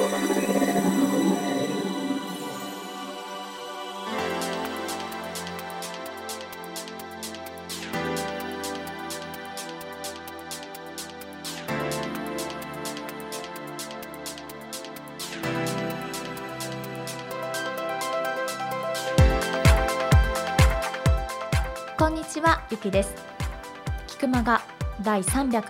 こんにちは、ゆきです。キクマが第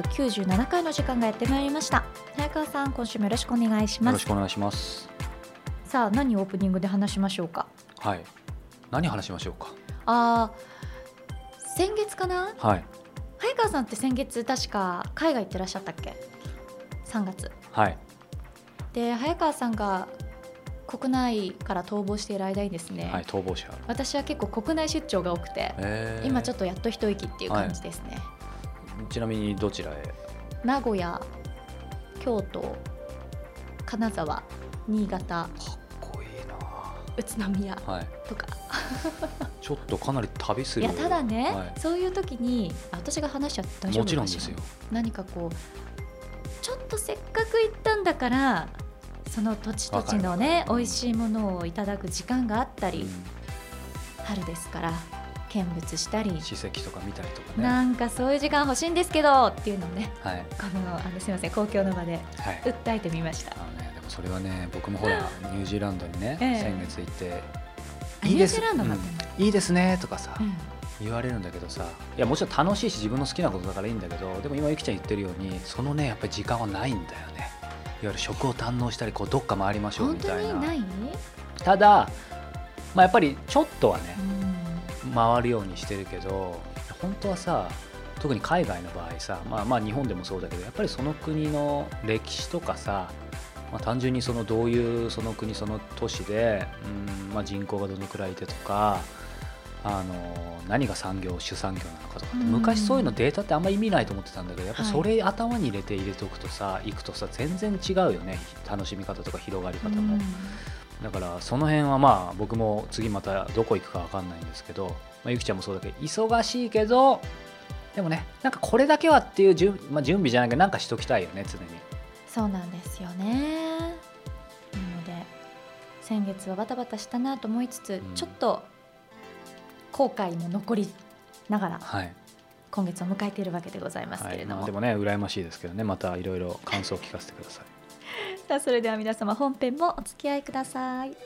397回の時間がやってまいりました。早川さん、今週もよろしくお願いします。 よろしくお願いします。 さあ、何をオープニングで話しましょうか。 はい、何話しましょうか。 先月かな。 はい。 早川さんって先月確か海外行ってらっしゃったっけ。3月。 はい。 で、早川さんが国内から逃亡している間にですね、 はい、逃亡者。 私は結構国内出張が多くて、今ちょっとやっと一息っていう感じですね。 ちなみにどちらへ。 名古屋、京都、金沢、新潟、 かっこいいな。 宇都宮とか、 ちょっとかなり旅する。 いや、ただね、そういう時に私が話しちゃって大丈夫かしら。もちろんですよ。何かこうちょっとせっかく行ったんだからその土地土地のね、美味しいものをいただく時間があったり、春ですから見物したり、 史跡とか見たりとかね、 なんかそういう時間欲しいんですけどっていうのをね、すみません、公共の場で訴えてみました。 でもそれはね、僕もほらニュージーランドにね、先月行って、 ニュージーランドいいですねとかさ、言われるんだけどさ、いやもちろん楽しいし自分の好きなことだからいいんだけど、でも今ゆきちゃん言ってるようにそのね、やっぱり時間はないんだよね。いわゆる食を堪能したり、こうどっか回りましょうみたいな。 本当にない？ ただ、やっぱりちょっとはね、回るようにしてるけど、本当はさ、特に海外の場合さ、日本でもそうだけど、やっぱりその国の歴史とかさ、単純にそのどういうその国その都市で、人口がどのくらいいてとか、何が主産業なのかとかって、昔そういうのデータってあんまり意味ないと思ってたんだけど、やっぱそれ頭に入れておくとさ、行くとさ全然違うよね、楽しみ方とか広がり方も。だからその辺は僕も次またどこ行くか分かんないんですけど、ゆきちゃんもそうだけど忙しいけど、でもね、なんかこれだけはっていう準備じゃないけど、なんかしときたいよね、常に。 そうなんですよね。なので先月はバタバタしたなと思いつつ、ちょっと後悔も残りながら、今月を迎えているわけでございますけれども、 でもね、羨ましいですけどね、またいろいろ感想を聞かせてください。 さあ、それでは皆様本編もお付き合いください。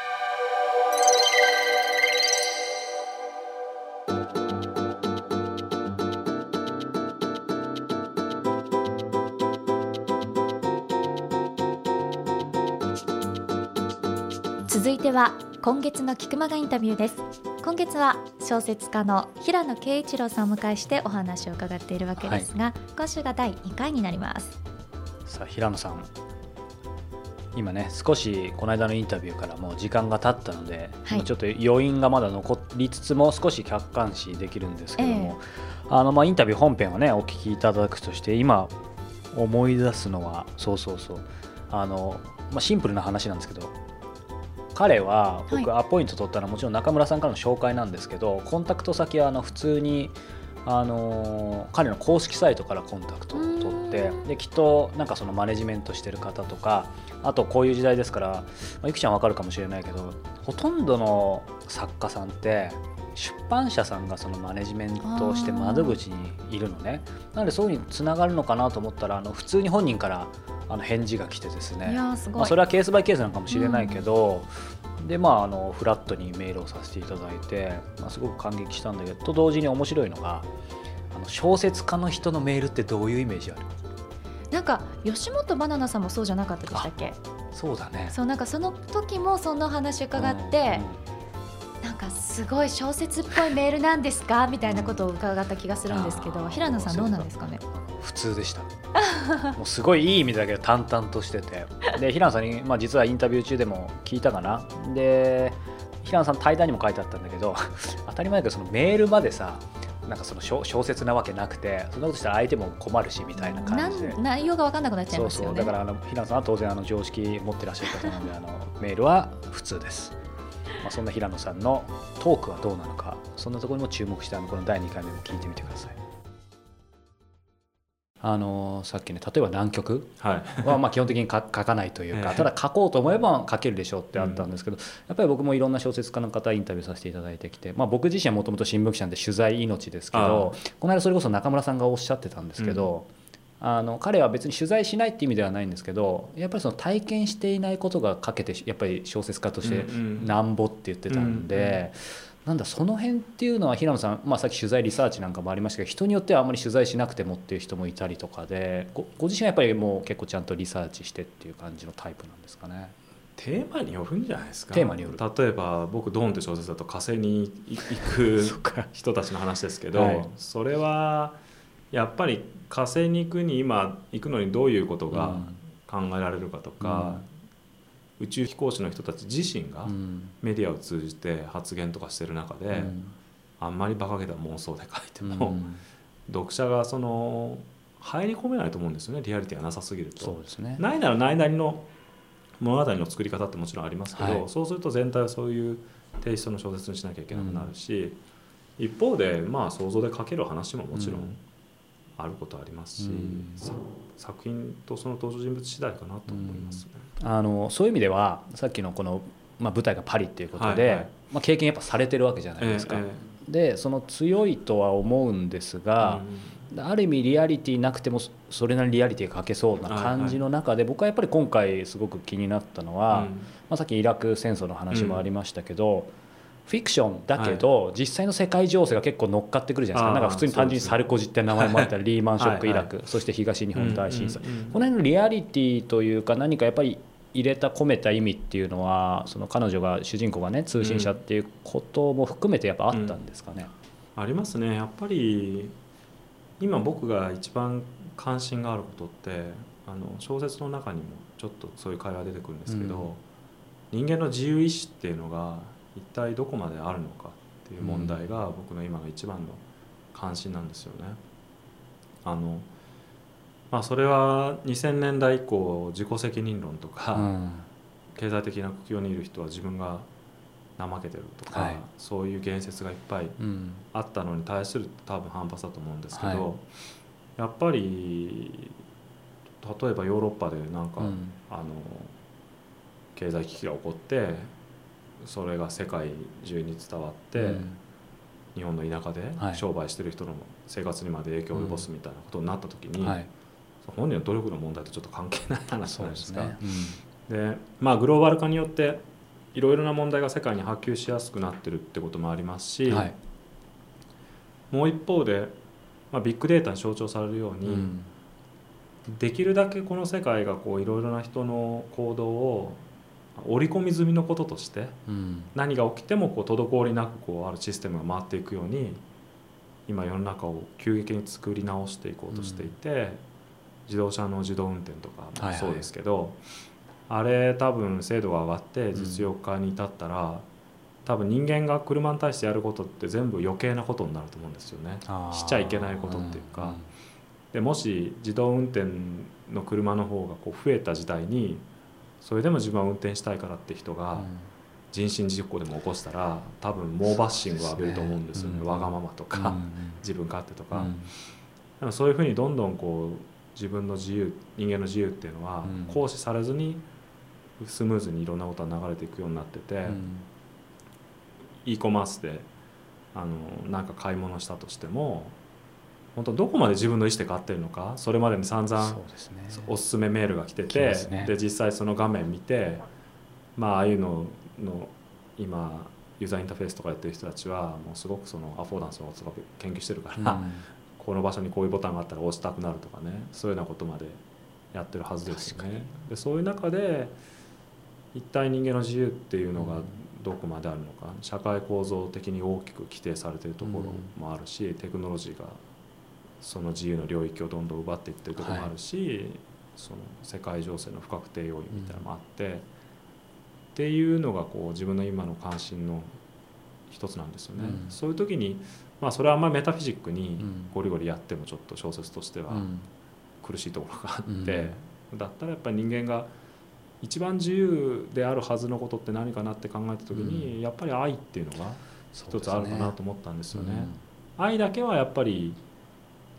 続いては今月のキクマガインタビューです。今月は小説家の平野啓一郎さんをお迎えしてお話を伺っているわけですが、今週が第2回になります。 さあ、平野さん、今ね、少しこの間のインタビューからもう時間が経ったので、ちょっと余韻がまだ残りつつも少し客観視できるんですけども、インタビュー本編をねお聞きいただくとして、今思い出すのはシンプルな話なんですけど、彼は僕アポイント取ったのはもちろん中村さんからの紹介なんですけど、コンタクト先は普通に彼の公式サイトからコンタクトを取って、できっとなんかそのマネジメントしてる方とか、あとこういう時代ですから、ゆきちゃんわかるかもしれないけど、ほとんどの作家さんって出版社さんがそのマネジメントをして窓口にいるのね。なのでそういうふうにつながるのかなと思ったら、普通に本人から返事が来てですね、それはケースバイケースなのかもしれないけど、でフラットにメールをさせていただいて、すごく感激したんだけど、と同時に面白いのが、小説家の人のメールってどういうイメージある？ なんか吉本ばななさんもそうじゃなかったでしたっけ？ そうだね。 なんかその時もその話伺って、なんかすごい小説っぽいメールなんですかみたいなことを伺った気がするんですけど、平野さんどうなんですかね？ 普通でした。もうすごいいい意味だけど淡々としてて、で平野さんに、実はインタビュー中でも聞いたかな。で平野さん対談にも書いてあったんだけど当たり前だけど、そのメールまでさ、なんかその小説なわけなくて、そんなことしたら相手も困るしみたいな感じで、 内容が分かんなくなっちゃいますよね。 だから平野さんは当然常識持ってらっしゃる方なのでメールは普通です。そんな平野さんのトークはどうなのか、そんなところにも注目してこの第2回目も聞いてみてください。 さっきね例えば南極はまあ基本的に書かないというか、ただ書こうと思えば書けるでしょうってあったんですけど、やっぱり僕もいろんな小説家の方インタビューさせていただいてきて、まあ、僕自身はもともと新聞記者で取材命ですけど、この間それこそ中村さんがおっしゃってたんですけど、彼は別に取材しないって意味ではないんですけど、やっぱりその体験していないことが書けてやっぱり小説家としてなんぼって言ってたんで、なんだその辺っていうのは平野さん、まあ、さっき取材リサーチなんかもありましたけど、人によってはあんまり取材しなくてもっていう人もいたりとかで、ご自身はやっぱりもう結構ちゃんとリサーチしてっていう感じのタイプなんですかね。 テーマによるんじゃないですか。 テーマによる。 例えば僕ドーンって小説だと火星に行く人たちの話ですけど、はい、それはやっぱり火星に行くのにどういうことが考えられるかとか、宇宙飛行士の人たち自身がメディアを通じて発言とかしてる中で、あんまり馬鹿げた妄想で書いても、読者がその入り込めないと思うんですよね、リアリティがなさすぎると。 そうですね。 ないならないなりの物語の作り方ってもちろんありますけど、そうすると全体はそういうテイストの小説にしなきゃいけなくなるし、一方でまあ想像で書ける話ももちろんあることありますし、作品とその登場人物次第かなと思いますね。 そういう意味ではさっきのこの、まあ、舞台がパリっていうことで、まあ、経験やっぱされてるわけじゃないですか。でその強いとは思うんですが、ある意味リアリティなくてもそれなりにリアリティが書けそうな感じの中で、僕はやっぱり今回すごく気になったのは、まあ、さっきイラク戦争の話もありましたけど、フィクションだけど実際の世界情勢が結構乗っかってくるじゃないですか。なんか普通に単純にサルコジって名前もあったり、リーマンショックイラク、そして東日本大震災、この辺のリアリティというか何かやっぱり入れた込めた意味っていうのは、その彼女が主人公がね通信者っていうことも含めてやっぱあったんですかね。 ありますね。やっぱり今僕が一番関心があることって小説の中にもちょっとそういう会話出てくるんですけど、人間の自由意志っていうのが一体どこまであるのかっていう問題が僕の今の一番の関心なんですよね。まあ、それは2000年代以降自己責任論とか、経済的な苦境にいる人は自分が怠けてるとか、そういう言説がいっぱいあったのに対する多分反発だと思うんですけど、やっぱり例えばヨーロッパでなんか、経済危機が起こってそれが世界中に伝わって、日本の田舎で商売してる人の生活にまで影響を及ぼすみたいなことになった時に、本人の努力の問題とちょっと関係ない話じゃないですか。で、まあグローバル化によっていろいろな問題が世界に波及しやすくなってるってこともありますし、もう一方で、まあ、ビッグデータに象徴されるように、できるだけこの世界がこういろいろな人の行動を織り込み済みのこととして、何が起きてもこう滞りなくこうあるシステムが回っていくように今世の中を急激に作り直していこうとしていて、自動車の自動運転とかもそうですけど、あれ多分精度が上がって実用化に至ったら、多分人間が車に対してやることって全部余計なことになると思うんですよね。しちゃいけないことっていうか、でもし自動運転の車の方がこう増えた時代に、それでも自分は運転したいからって人が人身事故でも起こしたら多分猛バッシングを浴びると思うんですよね。わがままとか自分勝手とか、でもそういうふうにどんどんこう自分の自由、人間の自由っていうのは行使されずにスムーズにいろんなことが流れていくようになってて、e コマースでなんか買い物したとしても本当どこまで自分の意思で買ってるのか、それまでに散々おすすめメールが来てて、で実際その画面見て、まあああいうのの今ユーザーインターフェースとかやってる人たちはもうすごくそのアフォーダンスを研究してるから、この場所にこういうボタンがあったら押したくなるとかね、そういうようなことまでやってるはずですよね。でそういう中で一体人間の自由っていうのがどこまであるのか、社会構造的に大きく規定されているところもあるし、テクノロジーがその自由の領域をどんどん奪っていってるところもあるし、その世界情勢の不確定要因みたいなのもあって、っていうのがこう自分の今の関心の一つなんですよね。そういう時に、まあ、それはあんまりメタフィジックにゴリゴリやってもちょっと小説としては苦しいところがあって、だったらやっぱり人間が一番自由であるはずのことって何かなって考えた時に、やっぱり愛っていうのが一つあるかなと思ったんですよね。愛だけはやっぱり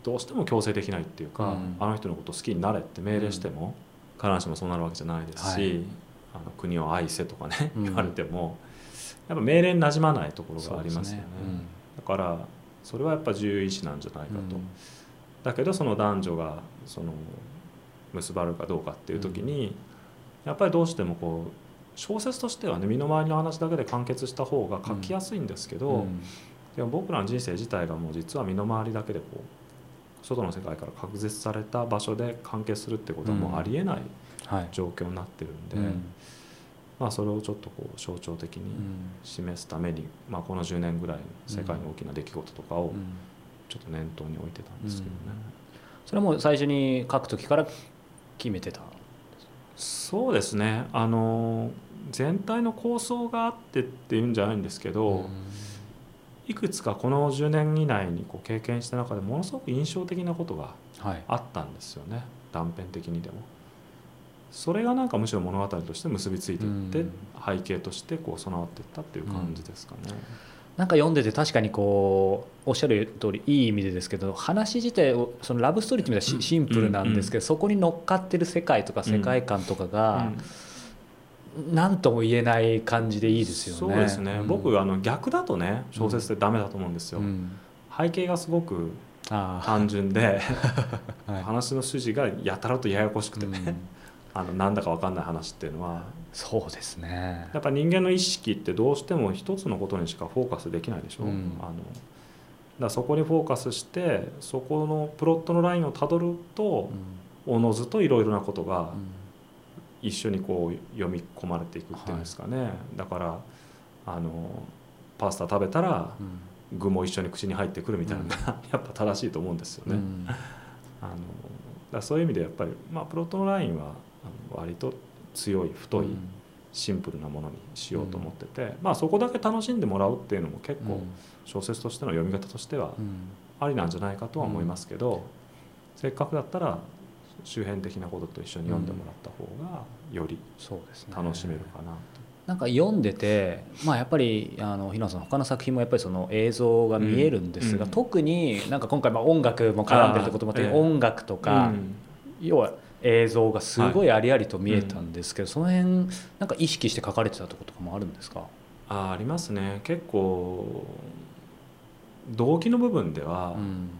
どうしても強制できないっていうか、あの人のことを好きになれって命令しても必ずしもそうなるわけじゃないですし、国を愛せとかね言われてもやっぱ命令になじまないところがありますよね。だからそれはやっぱ獣医師なんじゃないかと。だけどその男女がその結ばれるかどうかっていう時にやっぱりどうしてもこう小説としてはね身の回りの話だけで完結した方が書きやすいんですけど、でも僕らの人生自体がもう実は身の回りだけでこう外の世界から隔絶された場所で完結するってことはもうありえない状況になってるんで、まあそれをちょっとこう象徴的に示すために、まあこの10年ぐらい世界の大きな出来事とかをちょっと念頭に置いてたんですけどね。 それはもう最初に書く時から決めてた？ そうですね、全体の構想があってっていうんじゃないんですけど、いくつかこの10年以内にこう経験した中でものすごく印象的なことがあったんですよね、断片的にでも。それがなんかむしろ物語として結びついていって、背景としてこう備わっていったっていう感じですかね。 なんか読んでて確かにこうおっしゃる通りいい意味でですけど、話自体をそのラブストーリーって意味ではシンプルなんですけど、そこに乗っかってる世界とか世界観とかが何とも言えない感じでいいですよね。 そうですね、僕逆だとね小説ってダメだと思うんですよ。背景がすごく単純で話の筋がやたらとややこしくてね、なんだか分かんない話っていうのは。 そうですね、 やっぱ人間の意識ってどうしても一つのことにしかフォーカスできないでしょ。だからそこにフォーカスしてそこのプロットのラインをたどると、おのずといろいろなことが一緒にこう読み込まれていくっていうんですかね。だからパスタ食べたら具も一緒に口に入ってくるみたいなのがやっぱ正しいと思うんですよね。だからそういう意味でやっぱり、プロットのラインは割と強い太いシンプルなものにしようと思ってて、そこだけ楽しんでもらうっていうのも結構小説としての読み方としてはありなんじゃないかとは思いますけど、せっかくだったら周辺的なことと一緒に読んでもらった方がより楽しめるかなと。 なんか読んでて、やっぱり日野さん他の作品もやっぱりその映像が見えるんですが、特になんか今回音楽も絡んでるってこともあって、音楽とか、要は映像がすごいありありと見えたんですけど、その辺なんか意識して書かれてたところとかもあるんですか？ ありますね。結構動機の部分では、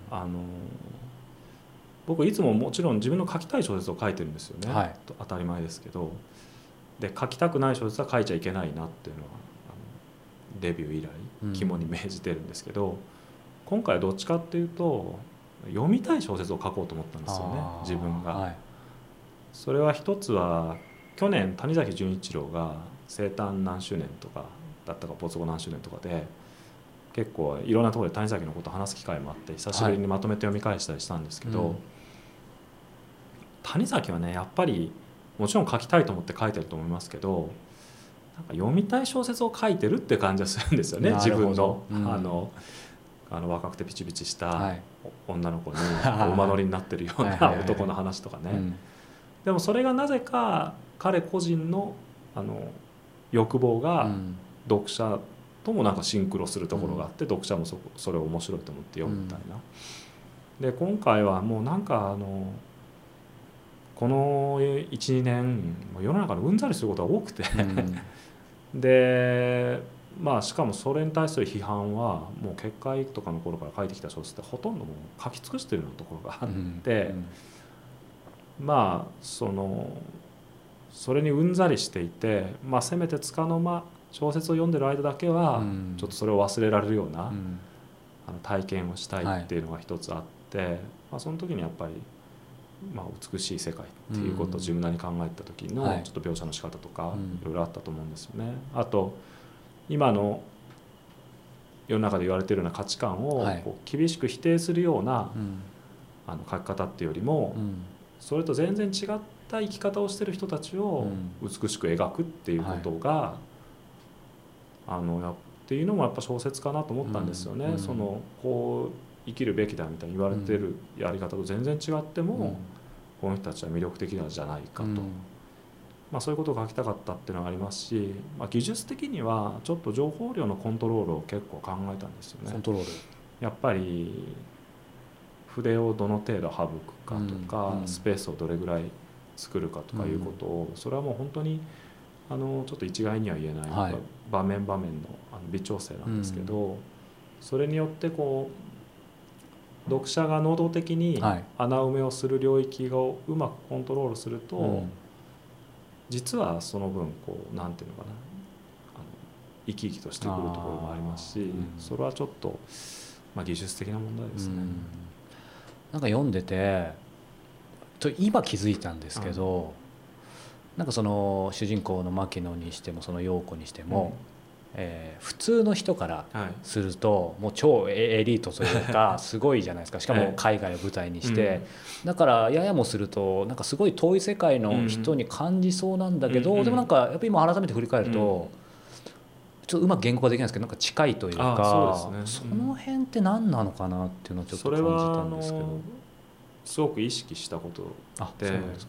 僕いつももちろん自分の書きたい小説を書いてるんですよね、当たり前ですけど、で書きたくない小説は書いちゃいけないなっていうのはデビュー以来肝に銘じてるんですけど、今回はどっちかっていうと読みたい小説を書こうと思ったんですよね、自分が。それは一つは去年谷崎潤一郎が生誕何周年とかだったか没後何周年とかで結構いろんなところで谷崎のことを話す機会もあって久しぶりにまとめて読み返したりしたんですけど、谷崎はねやっぱりもちろん書きたいと思って書いてると思いますけど、なんか読みたい小説を書いてるって感じがするんですよね。自分の、若くてピチピチした女の子に馬乗りになってるような男の話とかね。でもそれがなぜか彼個人の欲望が読者ともなんかシンクロするところがあって、読者もそれを面白いと思って読むみたいな。で今回はもうなんかこの 1,2 年世の中のうんざりすることが多くてでしかもそれに対する批判はもう結界とかの頃から書いてきた小説ってほとんどもう書き尽くしてるようなところがあって、それにうんざりしていて、せめてつかの間小説を読んでる間だけはちょっとそれを忘れられるような体験をしたいっていうのが一つあって、その時にやっぱり美しい世界っていうことを自分なりに考えた時のちょっと描写の仕方とかいろいろあったと思うんですよね。あと今の世の中で言われているような価値観をこう厳しく否定するような書き方っていうよりも、それと全然違った生き方をしている人たちを美しく描くっていうことがっていうのもやっぱ小説かなと思ったんですよね。こう生きるべきだみたいに言われてるやり方と全然違っても、この人たちは魅力的なんじゃないかと、そういうことを書きたかったっていうのがありますし、技術的にはちょっと情報量のコントロールを結構考えたんですよね。 コントロール、 やっぱり筆をどの程度省くかとか、スペースをどれぐらい作るかとかいうことを、それはもう本当にちょっと一概には言えない、場面場面の微調整なんですけど、それによってこう読者が能動的に穴埋めをする領域をうまくコントロールすると、実はその分こうなんていうのかな、生き生きとしてくるところもありますし、それはちょっと、技術的な問題ですね。 なんか読んでて今気づいたんですけど、なんかその主人公の牧野にしてもその陽子にしても、普通の人からするともう超エリートというかすごいじゃないですか。しかも海外を舞台にして、だからややもするとなんかすごい遠い世界の人に感じそうなんだけど、でもなんかやっぱり今改めて振り返ると、ちょっとうまく言語化できないんですけど、なんか近いというか、その辺って何なのかなっていうのをちょっと感じたんですけど。 すごく意識したことで、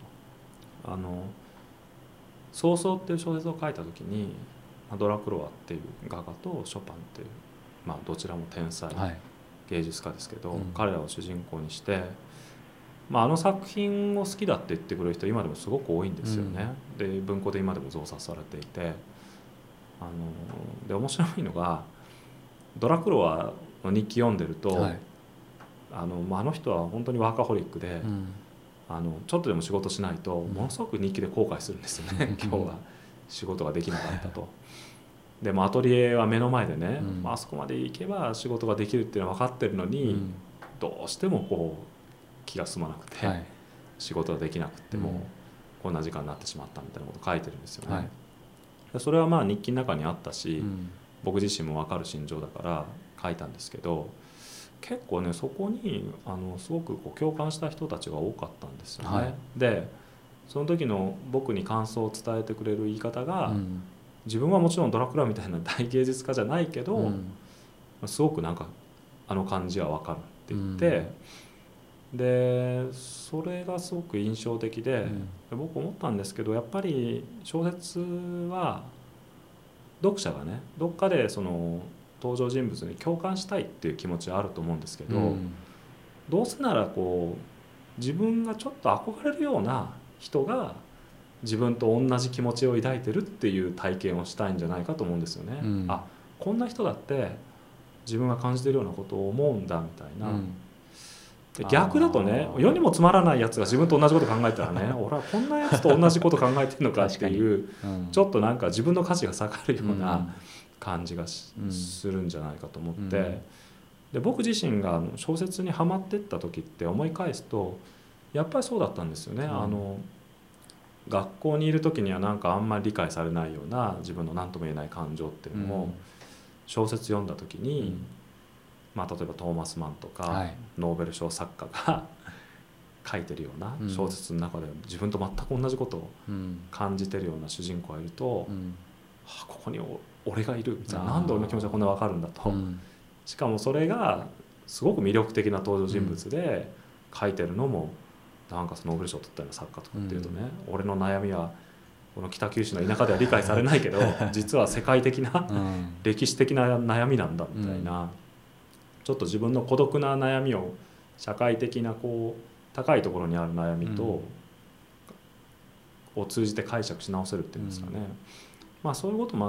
早々っていう小説を書いた時にドラクロワっていう画家とショパンっていう、どちらも天才芸術家ですけど、彼らを主人公にして、あの作品を好きだって言ってくれる人今でもすごく多いんですよね。で文庫で今でも増刷されていて、で面白いのがドラクロワの日記読んでると、あの人は本当にワーカホリックで、ちょっとでも仕事しないとものすごく日記で後悔するんですよね、今日は仕事ができなかったと。でもアトリエは目の前でね、あそこまで行けば仕事ができるっていうのは分かってるのに、どうしてもこう気が済まなくて、仕事ができなくてもこんな時間になってしまったみたいなことを書いてるんですよね。それは日記の中にあったし、僕自身も分かる心情だから書いたんですけど、結構ねそこにすごくこう共感した人たちが多かったんですよね。でその時の僕に感想を伝えてくれる言い方が、自分はもちろんドラクロワみたいな大芸術家じゃないけど、すごくなんか感じは分かるって言って、でそれがすごく印象的で、僕思ったんですけど、やっぱり小説は読者がねどっかでその登場人物に共感したいっていう気持ちはあると思うんですけど、どうせならこう自分がちょっと憧れるような人が自分と同じ気持ちを抱いてるっていう体験をしたいんじゃないかと思うんですよね。こんな人だって自分が感じてるようなことを思うんだみたいな。逆だとね、世にもつまらないやつが自分と同じこと考えたらね俺はこんなやつと同じこと考えてるのかっていう、ちょっとなんか自分の価値が下がるような感じがするんじゃないかと思って、で僕自身が小説にはまってった時って思い返すとやっぱりそうだったんですよね。学校にいる時にはなんかあんまり理解されないような自分の何とも言えない感情っていうのも小説読んだ時に、例えばトーマス・マンとかノーベル賞作家が書いてるような小説の中で自分と全く同じことを感じてるような主人公がいると、ここに俺がいるみたいな、なんで俺の気持ちがこんな分かるんだと、しかもそれがすごく魅力的な登場人物で書いてるのもなんかそのノーベル賞を取ったような作家とかっていうとね、俺の悩みはこの北九州の田舎では理解されないけど実は世界的な歴史的な悩みなんだみたいな、ちょっと自分の孤独な悩みを社会的なこう高いところにある悩みと、を通じて解釈し直せるっていうんですかね、そういうこともあって、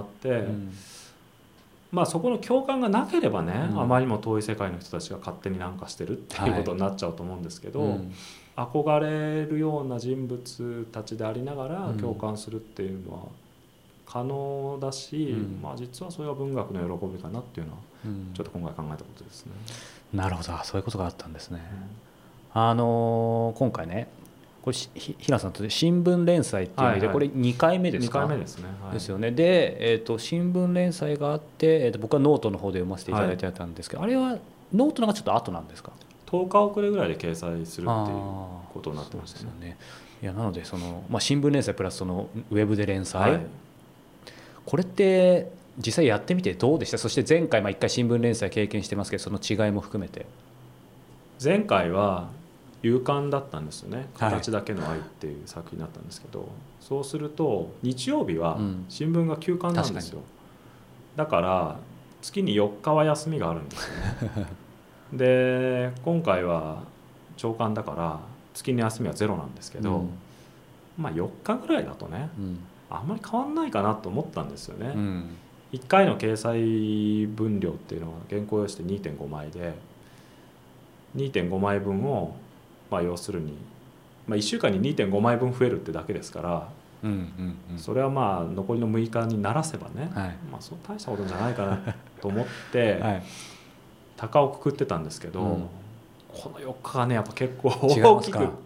そこの共感がなければね、あまりにも遠い世界の人たちが勝手になんかしてるっていうことになっちゃうと思うんですけど、憧れるような人物たちでありながら共感するっていうのは可能だし、実はそれが文学の喜びかなっていうのはちょっと今回考えたことですね。 なるほど、そういうことがあったんですね。今回ねこれ平さんと新聞連載っていう意味でこれ2回目ですか？ 2回目ですね。 ですよね。で、新聞連載があって、僕はノートの方で読ませていただいてたんですけど、あれはノートのがちょっと後なんですか ？10日遅れぐらいで掲載するっていうことになってましたね。 いやなのでその、新聞連載プラスそのウェブで連載、これって実際やってみてどうでした？そして前回1回新聞連載経験してますけど、その違いも含めて。 前回は夕刊だったんですよね。形だけの愛っていう作品だったんですけど、そうすると日曜日は新聞が休刊なんですよ。だから月に4日は休みがあるんですよね。で今回は長官だから月の休みはゼロなんですけど、まあ4日ぐらいだとね、あんまり変わんないかなと思ったんですよね。1回の掲載分量っていうのは原稿用紙で 2.5 枚で 2.5 枚分を、まあ、要するに、まあ、1週間に 2.5 枚分増えるってだけですから、それはまあ残りの6日にならせばね、まあ、そう大したことじゃないかなと思って、鷹をくくってたんですけど、この4日がねやっぱ結構大きくって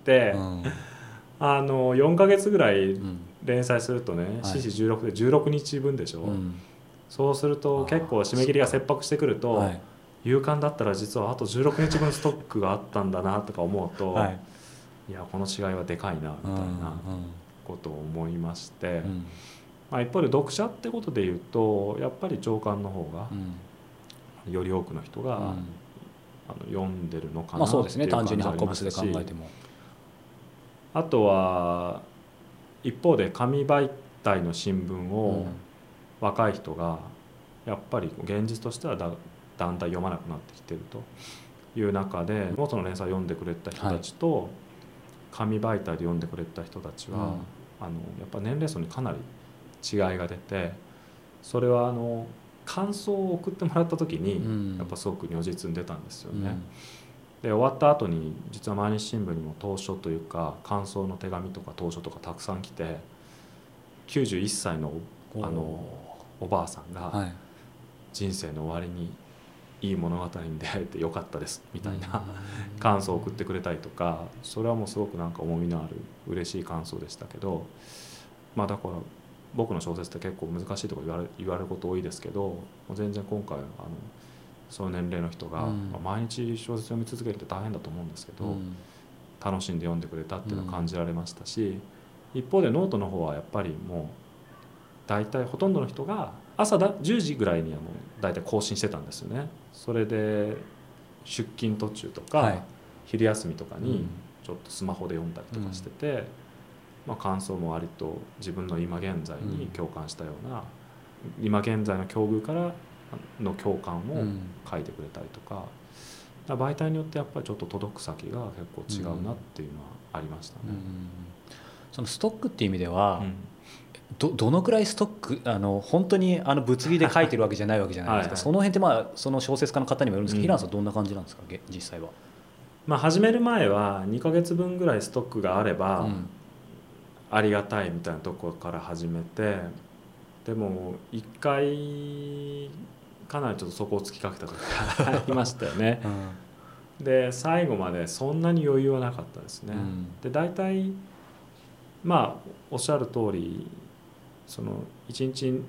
、4ヶ月ぐらい連載するとね、4、16で16日分でしょ。そうすると結構締め切りが切迫してくると、夕刊だったら実はあと16日分ストックがあったんだなとか思うと、いやこの違いはでかいなみたいなことを思いまして、まあ、一方で読者ってことでいうとやっぱり長官の方がより多くの人が読んでるのかなっていう感じがありましたし、単純に発行部数で考えても、あとは一方で紙媒体の新聞を若い人がやっぱり現実としてはだんだん読まなくなってきてるという中で、ノートの連載を読んでくれた人たちと紙媒体で読んでくれた人たちはやっぱ年齢層にかなり違いが出て、それは感想を送ってもらった時にやっぱすごく如実に出たんですよね。で終わった後に実は毎日新聞にも投書というか感想の手紙とか投書とかたくさん来て、91歳のおばあさんが人生の終わりにいい物語に出会えてよかったですみたいな感想を送ってくれたりとか、それはもうすごくなんか重みのある嬉しい感想でしたけど、まあだから僕の小説って結構難しいとこ言われること多いですけど、全然今回そういう年齢の人が毎日小説読み続けるって大変だと思うんですけど、楽しんで読んでくれたっていうのを感じられましたし、一方でノートの方はやっぱりもう大体ほとんどの人が朝10時ぐらいに大体更新してたんですよね。それで出勤途中とか昼休みとかにちょっとスマホで読んだりとかしてて、まあ感想も割と自分の今現在に共感したような、今現在の境遇からの共感を書いてくれたりとか、媒体によってやっぱりちょっと届く先が結構違うなっていうのはありましたね。 そのストックっていう意味では、どのくらいストック本当に物理で書いてるわけじゃないわけじゃないですか。その辺ってまあその小説家の方にもよるんですけど、平野さんどんな感じなんですか実際は。 まあ始める前は2ヶ月分ぐらいストックがあればありがたいみたいなところから始めて、でも一回かなりちょっと底をつきかけた時がありましたよね。で最後までそんなに余裕はなかったですね。で大体まあおっしゃる通りその1日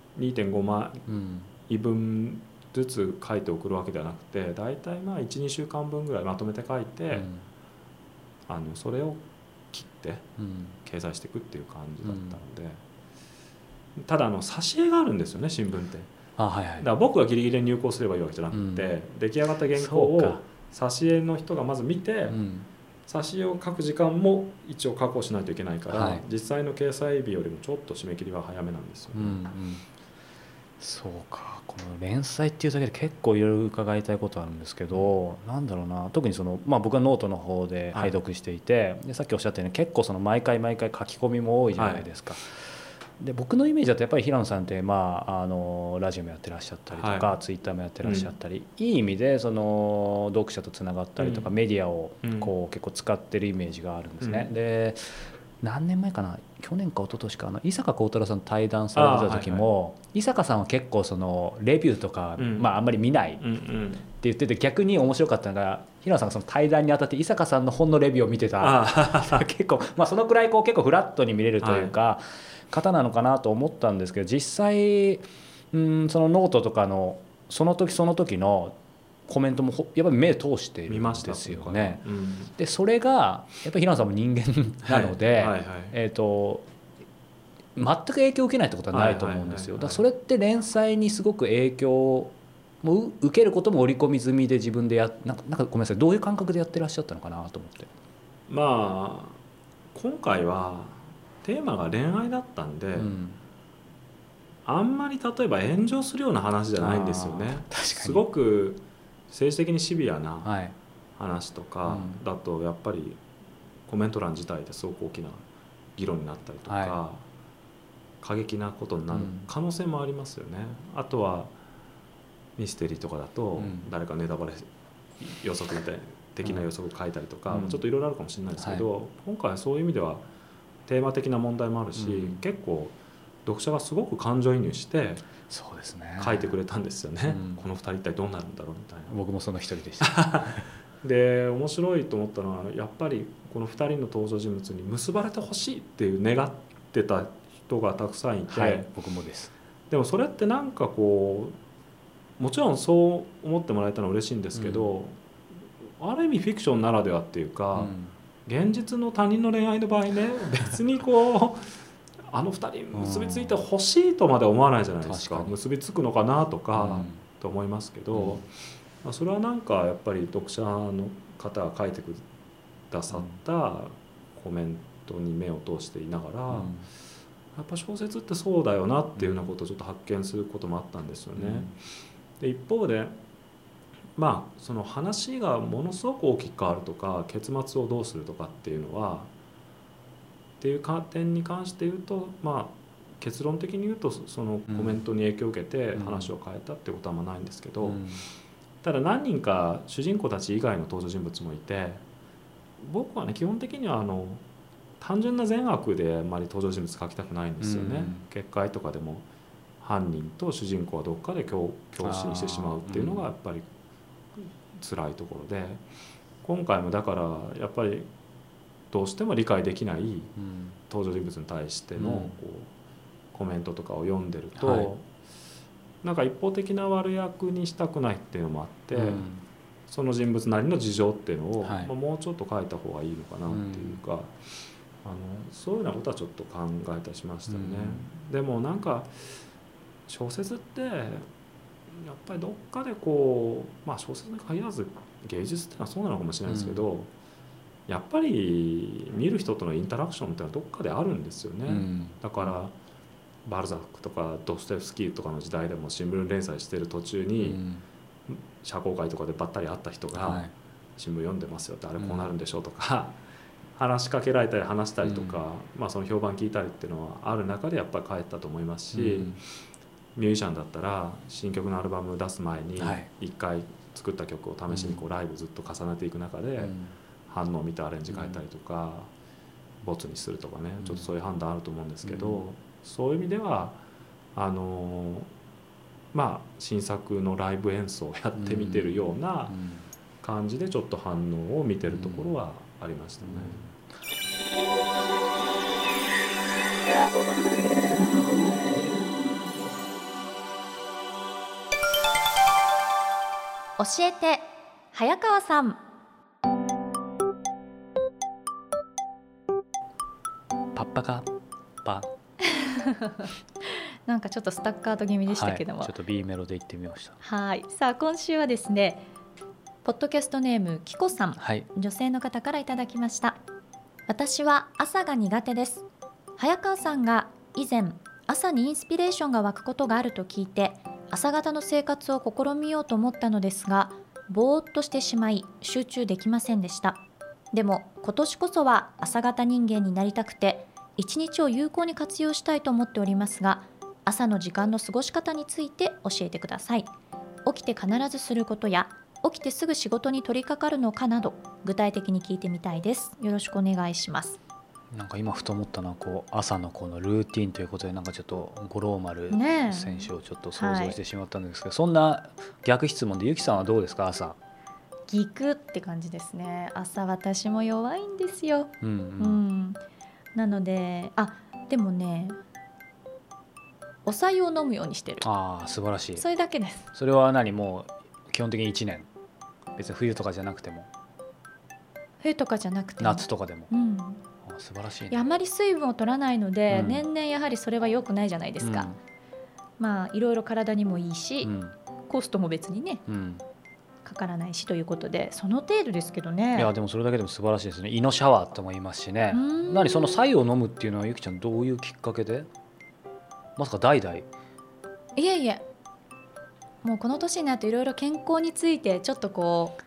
2.5 枚分ずつ書いて送るわけではなくて、大体まあ 1,2 週間分ぐらいまとめて書いて、それを切って掲載していくっていう感じだったので、ただ挿絵があるんですよね新聞って。だから僕がギリギリで入稿すればいいわけじゃなくて、出来上がった原稿を挿絵の人がまず見て、挿絵を書く時間も一応確保しないといけないから、実際の掲載日よりもちょっと締め切りは早めなんですよね。 そうか、この連載っていうだけで結構いろいろ伺いたいことあるんですけど、なんだろうな、特に僕はノートの方で拝読していて、でさっきおっしゃったように結構毎回書き込みも多いじゃないですか。で僕のイメージだとやっぱり平野さんって、ラジオもやってらっしゃったりとか、ツイッターもやってらっしゃったり、いい意味で読者とつながったりとか、メディアを結構使ってるイメージがあるんですね。で何年前かな、去年か一昨年か伊坂幸太郎さんと対談されてた時も、伊坂さんは結構レビューとか、あんまり見ないって言ってて、逆に面白かったのが平野さんがその対談にあたって伊坂さんの本のレビューを見てた結構、そのくらい結構フラットに見れるというか、方なのかなと思ったんですけど、実際そのノートとかのその時その時のコメントもやっぱり目通してるんですよね。でそれがやっぱり平野さんも人間なので全く影響を受けないってことはないと思うんですよ。だからそれって連載にすごく影響も受けることも織り込み済みで、自分でなんかごめんなさい、どういう感覚でやってらっしゃったのかなと思って。 まあ今回はテーマが恋愛だったんで、あんまり例えば炎上するような話じゃないんですよね。すごく政治的にシビアな話とかだとやっぱりコメント欄自体ですごく大きな議論になったりとか、はい、過激なことになる可能性もありますよね。あとはミステリーとかだと誰かネタバレ予測みたい的な予測を書いたりとか、ちょっといろいろあるかもしれないですけど、はい、今回はそういう意味ではテーマ的な問題もあるし、結構読者がすごく感情移入して書いてくれたんですよね。この2人一体どうなるんだろうみたいな。 僕もその一人でしたで面白いと思ったのはやっぱりこの2人の登場人物に結ばれてほしいっていう願ってた人がたくさんいて、 はい、僕もです。 でもそれってなんかこうもちろんそう思ってもらえたのは嬉しいんですけど、ある意味フィクションならではっていうか、現実の他人の恋愛の場合ね別にこうあの2人結びついてほしいとまで思わないじゃないですか。結びつくのかなとか、と思いますけど、それはなんかやっぱり読者の方が書いてくださったコメントに目を通していながら、やっぱ小説ってそうだよなっていうようなことをちょっと発見することもあったんですよね。で一方でその話がものすごく大きく変わるとか結末をどうするとかっていうのはっていう点に関して言うと、結論的に言うとそのコメントに影響を受けて話を変えたってことはないんですけど、ただ何人か主人公たち以外の登場人物もいて、僕はね基本的には単純な善悪であまり登場人物書きたくないんですよね。結界とかでも犯人と主人公はどっかで共振してしまうっていうのがやっぱり辛いところで、今回もだからやっぱりどうしても理解できない登場人物に対してのこうコメントとかを読んでると、なんか一方的な悪役にしたくないっていうのもあって、その人物なりの事情っていうのを、もうちょっと書いた方がいいのかなっていうか、そういうようなことはちょっと考えたりしましたよね。でもなんか小説ってやっぱりどっかでこう、小説に限らず芸術ってのはそうなのかもしれないですけど、やっぱり見る人とのインタラクションっていうのはどっかであるんですよね。だからバルザックとかドストエフスキーとかの時代でも新聞連載してる途中に、社交界とかでばったり会った人が新聞読んでますよってあれこうなるんでしょうとか、話しかけられたり話したりとか、その評判聞いたりっていうのはある中でやっぱり帰ったと思いますし、ミュージシャンだったら新曲のアルバム出す前に1回作った曲を試しにこうライブずっと重ねていく中で反応を見てアレンジ変えたりとかボツにするとかね、ちょっとそういう判断あると思うんですけど、そういう意味では新作のライブ演奏をやってみてるような感じでちょっと反応を見てるところはありましたね。 教えて早川さん。 パッパカパなんかちょっとスタッカート気味でしたけども、 ちょっと B メロで言ってみました。 はい。さあ今週はですね、ポッドキャストネームキコさん、女性の方からいただきました。私は朝が苦手です。早川さんが以前朝にインスピレーションが湧くことがあると聞いて、朝方の生活を試みようと思ったのですが、ぼーっとしてしまい集中できませんでした。でも今年こそは朝方人間になりたくて、一日を有効に活用したいと思っておりますが、朝の時間の過ごし方について教えてください。起きて必ずすることや、起きてすぐ仕事に取り掛かるのかなど、具体的に聞いてみたいです。よろしくお願いします。 なんか今ふと思ったのは朝のこのルーティンということで、なんかちょっと五郎丸選手をちょっと想像してしまったんですけど、そんな逆質問でゆきさんはどうですか？朝ギクって感じですね。朝私も弱いんですよ。なのででもね、お白湯を飲むようにしてる。 素晴らしい。 それだけです。 それはもう基本的に1年、別に冬とかじゃなくても、 冬とかじゃなくても夏とかでも、素晴らしいね。 あまり水分を取らないので、年々やはりそれは良くないじゃないですか。いろいろ体にもいいし、コストも別にね、かからないしということで、その程度ですけどね。 いやでもそれだけでも素晴らしいですね。胃のシャワーとも言いますしね。その白湯を飲むっていうのはゆきちゃんどういうきっかけで？まさか代々？ いえいえ、もうこの年になっていろいろ健康についてちょっと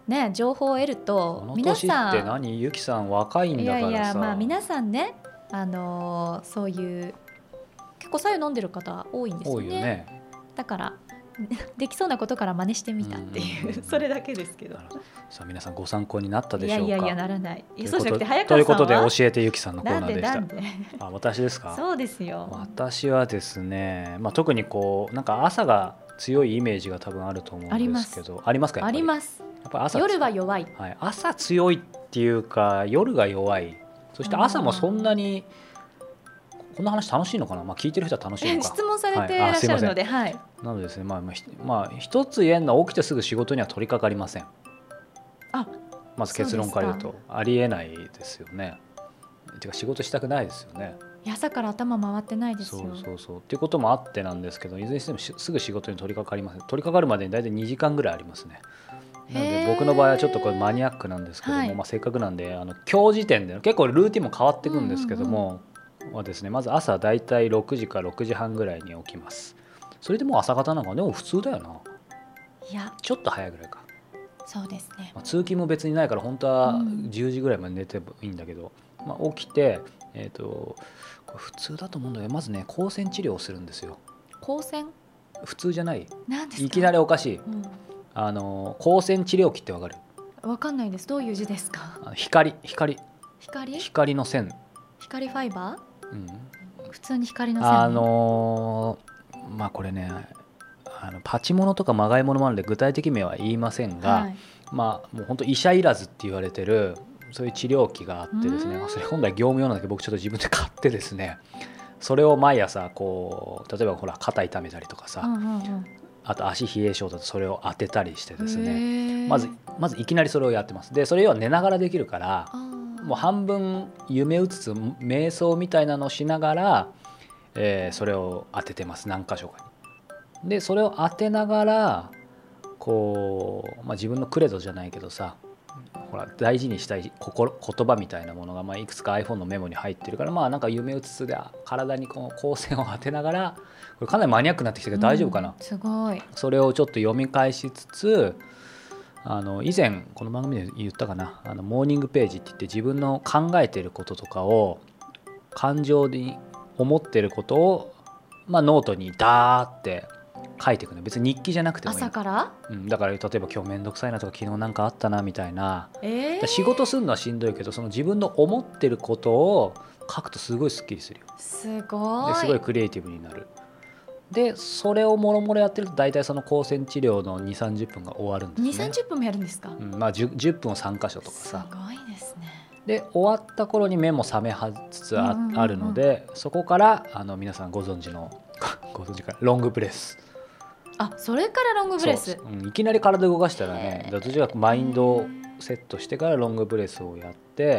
ね、情報を得ると、 皆さんこの年って何、ゆきさん若いんだからさ。 いやいや、まあ皆さんね、そういう結構白湯飲んでる方多いんですよね。多いよね。だからできそうなことから真似してみたっていうそれだけですけど。 さあ皆さんご参考になったでしょうか。 いやいやいや、ならない。そうじゃなくて早川さんは。 ということで教えてゆきさんのコーナーでした。 なんであ、私ですか。 そうですよ。 私はですね、まあ、特にこうなんか朝が強いイメージが多分あると思うんですけど。ありますか。 あります。 やっぱ朝夜は弱い、 はい、朝強いっていうか夜が弱い。そして朝もそんなにこんな話楽しいのかな、まあ、聞いてる人は楽しいのか。 質問されていらっしゃるので、はい、 なのでですね、まあ一つ言えるのは起きてすぐ仕事には取り掛かりません。まず結論から言うとありえないですよね。てか仕事したくないですよね。 朝から頭回ってないですよ。 そうっていうこともあってなんですけど、いずれにしてもすぐ仕事に取り掛かりません。取り掛かるまでに大体2時間ぐらいありますね。なので僕の場合はちょっとこれマニアックなんですけども、まあ、せっかくなんで今日時点で結構ルーティンも変わっていくんですけども、はですね、まず朝だいたい6時か6時半ぐらいに起きます。それでもう朝方なんかでも普通だよな。 いやちょっと早いぐらいか。 そうですね、 まあ、通勤も別にないから本当は10時ぐらいまで寝てもいいんだけど、まあ、起きてこれ普通だと思うんだけど、まずね光線治療をするんですよ。 光線普通じゃない。 何ですか。 いきなりおかしい、光線治療器ってわかる。 わかんないです。どういう字ですか。 光の線、 光ファイバー、普通に光の線、 まあこれねパチモノとかまがいものもあるので具体的名は言いませんが、まあもう本当医者いらずって言われてるそういう治療器があってですね、それ本来業務用なんだけど僕ちょっと自分で買ってですね、それを毎朝こう例えばほら肩痛めたりとかさ、あと足冷え性だとそれを当てたりしてですね、まずいきなりそれをやってます。でそれは寝ながらできるから、もう半分夢うつつ瞑想みたいなのをしながら、それを当ててます、何箇所かに。でそれを当てながらこう、まあ、自分のクレドじゃないけどさ、ほら大事にしたい言葉みたいなものが、まあ、いくつか iPhone のメモに入ってるから、まあなんか夢うつつで体にこう光線を当てながら、これかなりマニアックになってきたけど大丈夫かな、 すごい。 それをちょっと読み返しつつ、以前この番組で言ったかな、モーニングページって言って自分の考えていることとかを感情に思っていることを、まあ、ノートにダーって書いていくの。別に日記じゃなくてもいい。 朝から、 だから例えば今日めんどくさいなとか昨日なんかあったなみたいな、仕事するのはしんどいけどその自分の思ってることを書くとすごいスッキリするよ。 すごい。 ですごいクリエイティブになる。でそれをもろもろやってると大体その光線治療の 2,30 分が終わるんですね。 2,30 分もやるんですか。 まあ 10分を3箇所とかさ。 すごいですね。 で終わった頃に目も覚めつつ あるので、そこから皆さんご存知かロングプレス。 それからロングブレス。 いきなり体動かしたらね、どちらかマインドをセットしてからロングブレスをやって、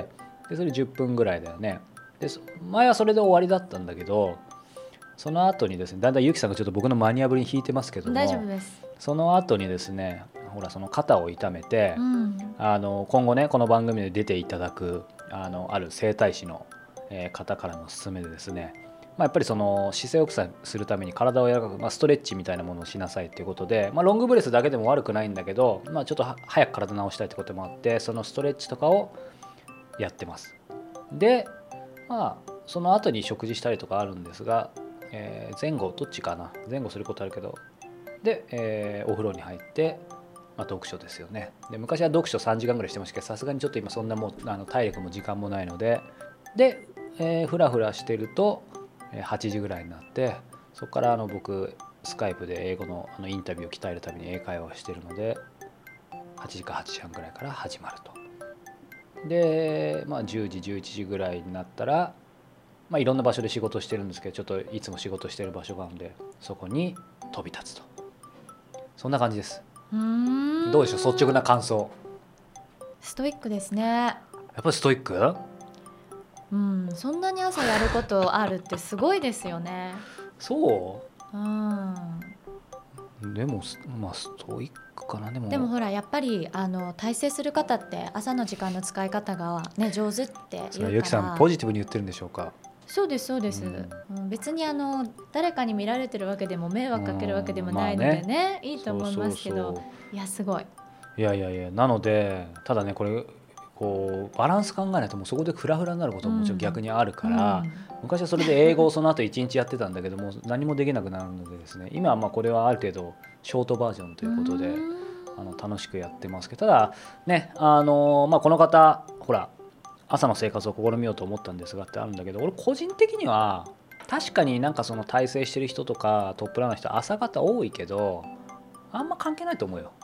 でそれ10分ぐらいだよね。で前はそれで終わりだったんだけど、その後にですね、だんだんゆきさんがちょっと僕のマニアぶりに引いてますけども、 大丈夫です。 その後にですね、ほらその肩を痛めて、今後ねこの番組で出ていただくある整体師の方からの勧めでですね、やっぱりその姿勢を良くするために体を柔らかく、ストレッチみたいなものをしなさいということで、ロングブレスだけでも悪くないんだけど、ちょっと早く体直したいってこともあって、そのストレッチとかをやってます。でその後に食事したりとかあるんですが、前後どっちかな、前後することあるけど、で、お風呂に入って、読書ですよね。で昔は読書3時間ぐらいしてましたけど、さすがにちょっと今そんなもう体力も時間もないので、フラフラしてると8時ぐらいになって、そこから僕スカイプで英語のインタビューを鍛えるために英会話をしているので、8時か8時半ぐらいから始まると。で、10時11時ぐらいになったら、いろんな場所で仕事してるんですけど、ちょっといつも仕事してる場所があるのでそこに飛び立つと。そんな感じです。どうでしょう、率直な感想。 ストイックですね。 やっぱりストイック？ そんなに朝やることあるってすごいですよね。 そう？でもストイックかな。でもほらやっぱり大成する方って朝の時間の使い方がね上手って言うから。 それはゆきさんポジティブに言ってるんでしょうか？ そうですそうです、別に誰かに見られてるわけでも迷惑かけるわけでもないのでね、いいと思いますけど、いやすごい。 いやなのでただねこれこうバランス考えないともうそこでフラフラになることももちろん逆にあるから、昔はそれで英語をその後1日やってたんだけども何もできなくなるのでですね、今はまあこれはある程度ショートバージョンということで楽しくやってますけど、ただねまあ、この方ほら朝の生活を試みようと思ったんですがってあるんだけど、俺個人的には確かになんかその大成してる人とかトップランナーの人朝方多いけどあんま関係ないと思うよ。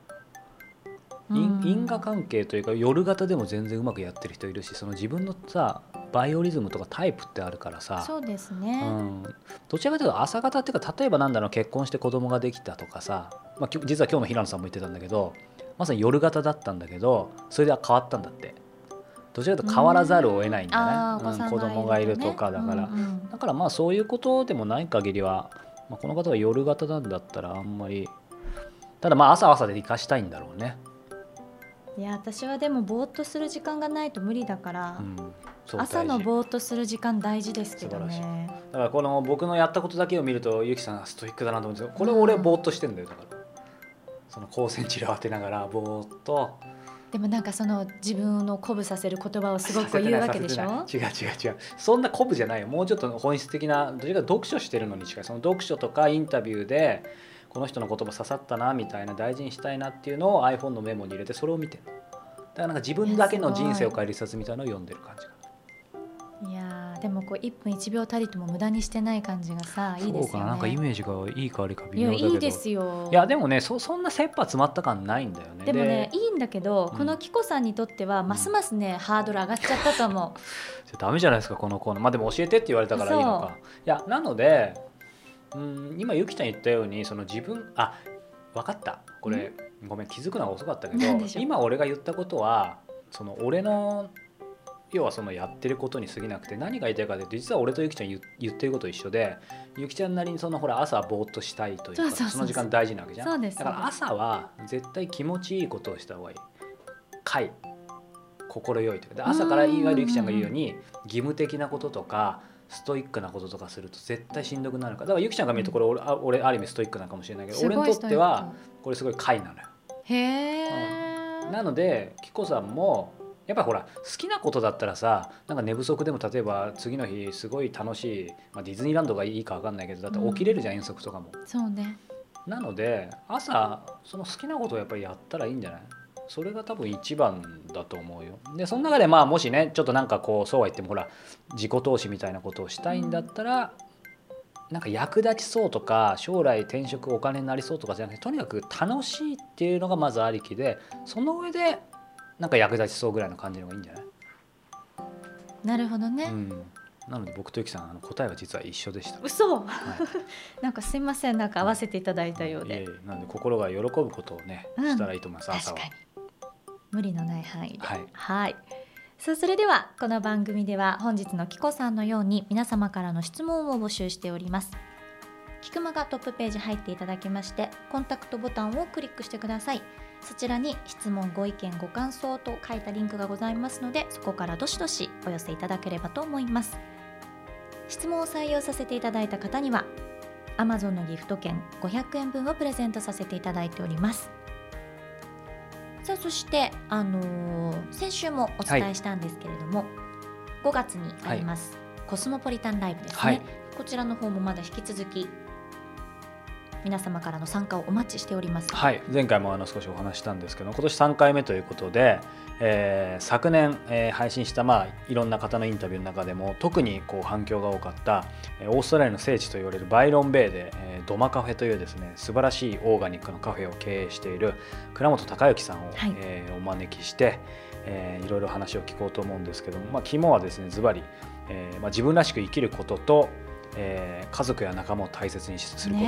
因果関係というか夜型でも全然うまくやってる人いるし、その自分のさバイオリズムとかタイプってあるからさ、 そうですね、 どちらかというと朝型っていうか、例えばなんだろう、結婚して子供ができたとかさ、まあ、実は今日の平野さんも言ってたんだけどまさに夜型だったんだけどそれでは変わったんだって。どちらかというと変わらざるを得ないんだね、子供がいるとかだから、だからまあそういうことでもない限りは、まあ、この方が夜型なんだったらあんまり、ただまあ朝は朝で生かしたいんだろうね。 いや私はでもぼーっとする時間がないと無理だから、朝のぼーっとする時間大事ですけどね。 だからこの僕のやったことだけを見るとゆきさんストイックだなと思うんですけど、これ俺ぼーっとしてんだよ。だからその光線治療当てながらぼーっと。 でもなんかその自分を鼓舞させる言葉をすごく言うわけでしょ。 違うそんな鼓舞じゃないよ。もうちょっと本質的な、どちらか読書してるのに近い。その読書とかインタビューでこの人の言葉刺さったなみたいな、大事にしたいなっていうのを iPhone のメモに入れてそれを見てる。だからなんか自分だけの人生を変える一冊みたいなのを読んでる感じか。 いやでもこう1分1秒たりとも無駄にしてない感じがさ、いいですよね。 そうかな、なんかイメージがいいか悪いか微妙だけど。 いいですよ。 いやでもね、そんな切羽詰まった感ないんだよね。 でもねいいんだけど、このキコさんにとってはますますね、ハードル上がっちゃったと思う。 ダメじゃないですかこのコーナー。まあでも教えてって言われたからいいのか。いやなので今ゆきちゃん言ったようにその自分分かった。これごめん気づくのが遅かったけど、今俺が言ったことはその俺の要はそのやってることに過ぎなくて、何が言いたいかというと、実は俺とゆきちゃん言ってること一緒で、ゆきちゃんなりにそのほら朝はぼーっとしたいというか、その時間大事なわけじゃん。だから朝は絶対気持ちいいことをした方がいい。快心よいというか、朝からいわゆるゆきちゃんが言うように義務的なこととかストイックなこととかすると絶対しんどくなるから。だからゆきちゃんが見るとこれ俺ある意味ストイックなのかもしれないけど、俺にとってはこれすごい快なのよ。 へー、 なのでキコさんもやっぱりほら好きなことだったらさ、なんか寝不足でも例えば次の日すごい楽しい、まあ、ディズニーランドがいいか分かんないけどだって起きれるじゃん、遠足とかも。 そうね。 なので朝その好きなことをやっぱりやったらいいんじゃない？それが多分一番だと思うよ。でその中でまあもしねちょっとなんかこうそうは言ってもほら自己投資みたいなことをしたいんだったら、なんか役立ちそうとか将来転職お金になりそうとかじゃなくて、とにかく楽しいっていうのがまずありきで、その上でなんか役立ちそうぐらいの感じの方がいいんじゃない？ なるほどね。 なので僕とゆきさん答えは実は一緒でした。 嘘、なんかすいません、なんか合わせていただいたようで。 なので心が喜ぶことをね、したらいいと思います。朝は確かに無理のない範囲で。はい、さあそれではこの番組では本日のキコさんのように皆様からの質問を募集しております。キクマがトップページ入っていただきまして、コンタクトボタンをクリックしてください。そちらに質問ご意見ご感想と書いたリンクがございますので、そこからどしどしお寄せいただければと思います。質問を採用させていただいた方には Amazon のギフト券500円分をプレゼントさせていただいております。さあそして、先週もお伝えしたんですけれども、5月にあります、コスモポリタンライブですね、こちらの方もまだ引き続き皆様からの参加をお待ちしております。 前回も少しお話したんですけど、今年3回目ということで、昨年、配信した、いろんな方のインタビューの中でも特にこう反響が多かったオーストラリアの聖地と言われるバイロンベイで、ドマカフェというですね素晴らしいオーガニックのカフェを経営している倉本孝之さんを、お招きして、いろいろ話を聞こうと思うんですけども、肝はですねズバリ、自分らしく生きることと家族や仲間を大切にすること、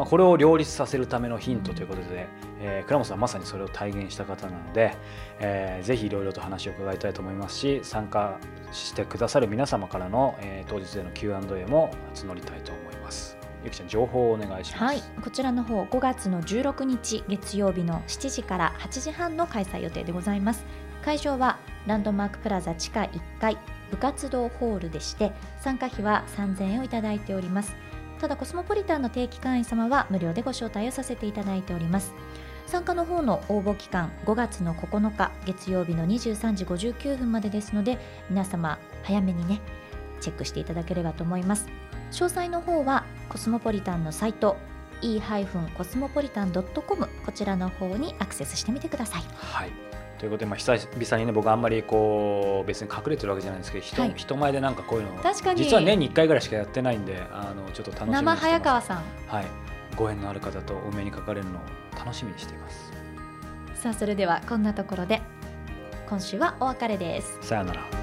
これを両立させるためのヒントということで、倉本さんまさにそれを体現した方なので、ぜひいろいろと話を伺いたいと思いますし、参加してくださる皆様からの、当日での Q&A も募りたいと思います。ゆきちゃん情報をお願いします。 こちらの方5月の16日月曜日の7時から8時半の開催予定でございます。会場はランドマークプラザ地下1階部活動ホールでして、参加費は3000円をいただいております。ただコスモポリタンの定期会員様は無料でご招待をさせていただいております。 参加の方の応募期間5月の9日月曜日の23時59分までですので、皆様早めにねチェックしていただければと思います。詳細の方はコスモポリタンのサイト e-cosmopolitan.com こちらの方にアクセスしてみてください。 はい、ということで、久々にね、僕あんまりこう別に隠れてるわけじゃないんですけど、人前でなんかこういうの確かに実は年に1回ぐらいしかやってないんで、ちょっと楽しみにしてます。 生早川さん、 はい、ご縁のある方とお目にかかれるのを楽しみにしています。 さあそれではこんなところで今週はお別れです。 さよなら。